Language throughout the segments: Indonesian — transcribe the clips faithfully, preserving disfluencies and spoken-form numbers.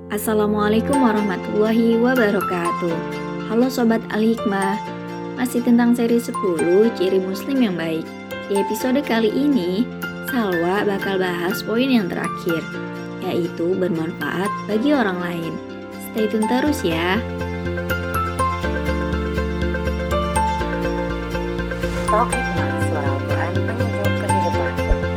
Assalamualaikum warahmatullahi wabarakatuh. Halo Sobat Al-Hikmah, masih tentang seri sepuluh Ciri Muslim yang Baik. Di episode kali ini, Salwa bakal bahas poin yang terakhir, yaitu bermanfaat bagi orang lain. Stay tune terus ya. Talk Hikmah, suara Al-Quran penyejuk kehidupan.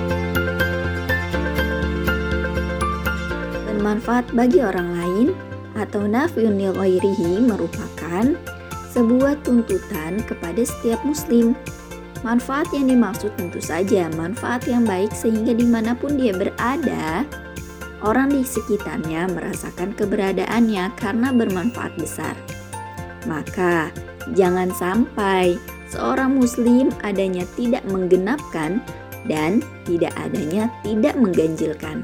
Bermanfaat bagi orang lain atau naf'un li ghairihi merupakan sebuah tuntutan kepada setiap muslim. Manfaat yang dimaksud tentu saja manfaat yang baik sehingga dimanapun dia berada, orang di sekitarnya merasakan keberadaannya karena bermanfaat besar. Maka jangan sampai seorang muslim adanya tidak menggenapkan dan tidak adanya tidak mengganjilkan.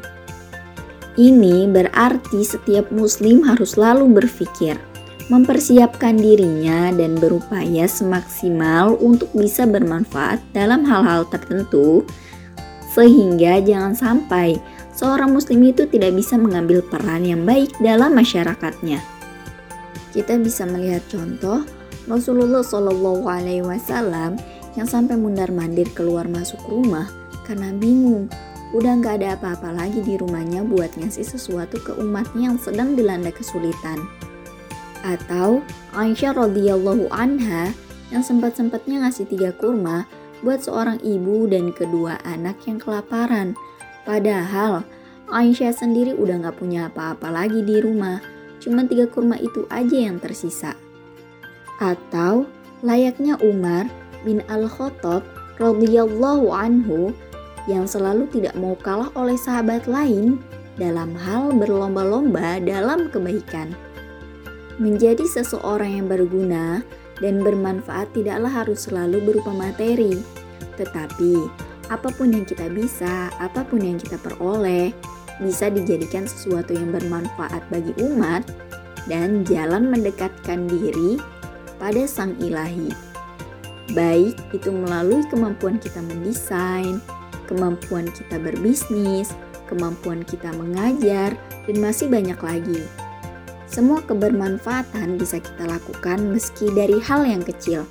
Ini berarti setiap muslim harus selalu berpikir, mempersiapkan dirinya dan berupaya semaksimal untuk bisa bermanfaat dalam hal-hal tertentu, sehingga jangan sampai seorang muslim itu tidak bisa mengambil peran yang baik dalam masyarakatnya. Kita bisa melihat contoh Rasulullah shallallahu alaihi wasallam yang sampai mundar-mandir keluar masuk rumah karena bingung. Udah gak ada apa-apa lagi di rumahnya buat ngasih sesuatu ke umatnya yang sedang dilanda kesulitan. Atau Aisyah radhiyallahu anha yang sempat-sempatnya ngasih tiga kurma buat seorang ibu dan kedua anak yang kelaparan. Padahal Aisyah sendiri udah gak punya apa-apa lagi di rumah, cuma tiga kurma itu aja yang tersisa. Atau layaknya Umar bin Al-Khattab radhiyallahu anhu yang selalu tidak mau kalah oleh sahabat lain dalam hal berlomba-lomba dalam kebaikan. Menjadi seseorang yang berguna dan bermanfaat tidaklah harus selalu berupa materi, tetapi apapun yang kita bisa, apapun yang kita peroleh, bisa dijadikan sesuatu yang bermanfaat bagi umat dan jalan mendekatkan diri pada Sang Ilahi. Baik itu melalui kemampuan kita mendesain, kemampuan kita berbisnis, kemampuan kita mengajar, dan masih banyak lagi. Semua kebermanfaatan bisa kita lakukan meski dari hal yang kecil.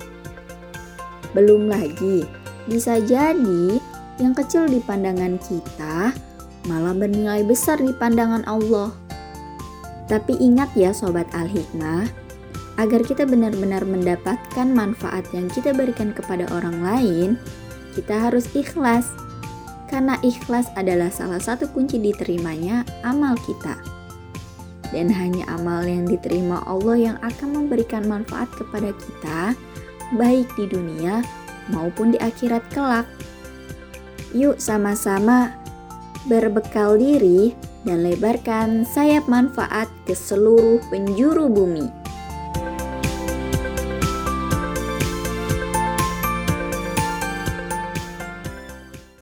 Belum lagi, bisa jadi yang kecil di pandangan kita malah bernilai besar di pandangan Allah. Tapi ingat ya Sobat Al-Hikmah, agar kita benar-benar mendapatkan manfaat yang kita berikan kepada orang lain, kita harus ikhlas. Karena ikhlas adalah salah satu kunci diterimanya amal kita. Dan hanya amal yang diterima Allah yang akan memberikan manfaat kepada kita, baik di dunia maupun di akhirat kelak. Yuk sama-sama berbekal diri dan lebarkan sayap manfaat ke seluruh penjuru bumi.